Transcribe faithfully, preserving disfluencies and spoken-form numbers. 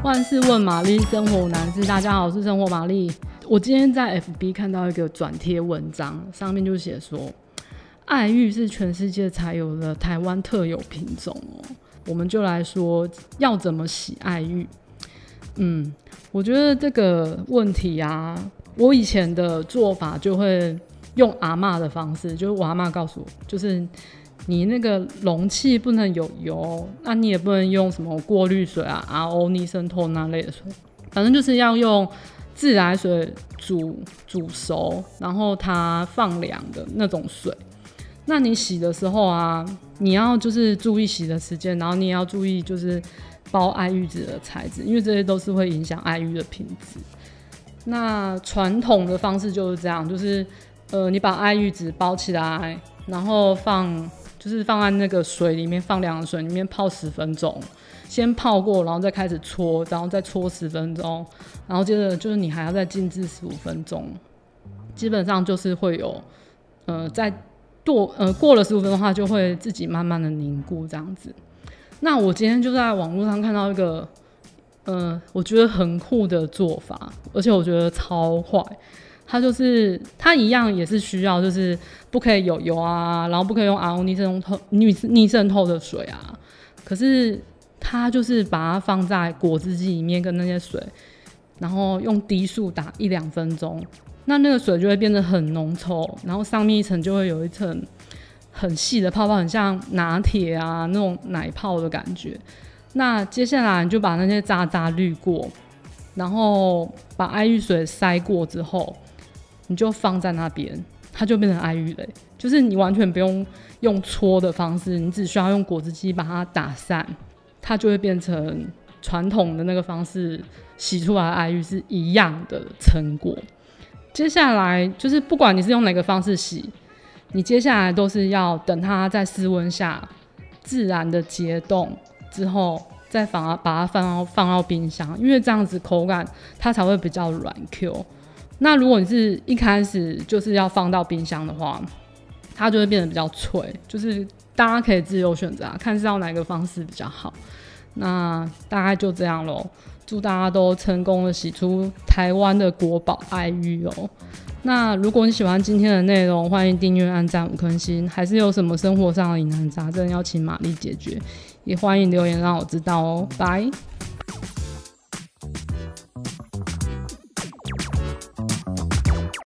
万事问玛丽，生活难事。大家好，我是生活玛丽。我今天在 F B 看到一个转贴文章，上面就写说，爱玉是全世界才有的台湾特有品种哦。我们就来说要怎么洗爱玉。嗯，我觉得这个问题啊，我以前的做法就会用阿嬷的方式，就是我阿嬷告诉我，就是你那个容器不能有油，那你也不能用什么过滤水啊、R O、逆渗透那类的水，反正就是要用自来水煮煮熟，然后它放凉的那种水。那你洗的时候啊，你要就是注意洗的时间，然后你也要注意就是包爱玉子的材质，因为这些都是会影响爱玉的品质。那传统的方式就是这样，就是呃，你把爱玉子包起来，然后放就是放在那个水里面，放凉的水里面泡十分钟，先泡过，然后再开始搓，然后再搓十分钟，然后接着就是你还要再静置十五分钟，基本上就是会有呃在过呃过了十五分钟，它就会自己慢慢的凝固这样子。那我今天就在网络上看到一个呃我觉得很酷的做法，而且我觉得超坏。它就是它一样也是需要，就是不可以有油啊，然后不可以用 R O 逆渗透逆渗透的水啊。可是它就是把它放在果汁机里面跟那些水，然后用低速打一两分钟，那那个水就会变得很浓稠，然后上面一层就会有一层很细的泡泡，很像拿铁啊那种奶泡的感觉。那接下来你就把那些渣渣滤过，然后把爱玉水塞过之后，你就放在那边，它就变成爱玉了。就是你完全不用用搓的方式，你只需要用果汁机把它打散，它就会变成传统的那个方式洗出来的爱玉是一样的成果。接下来就是不管你是用哪个方式洗，你接下来都是要等它在室温下自然的结冻之后，再把它放到放到冰箱，因为这样子口感它才会比较软 Q。那如果你是一开始就是要放到冰箱的话，它就会变得比较脆，就是大家可以自由选择啊，看是要哪个方式比较好。那大概就这样咯，祝大家都成功的洗出台湾的国宝爱玉哦。那如果你喜欢今天的内容，欢迎订阅、按赞五颗星。还是有什么生活上的疑难杂症要请玛丽解决，也欢迎留言让我知道哦。拜。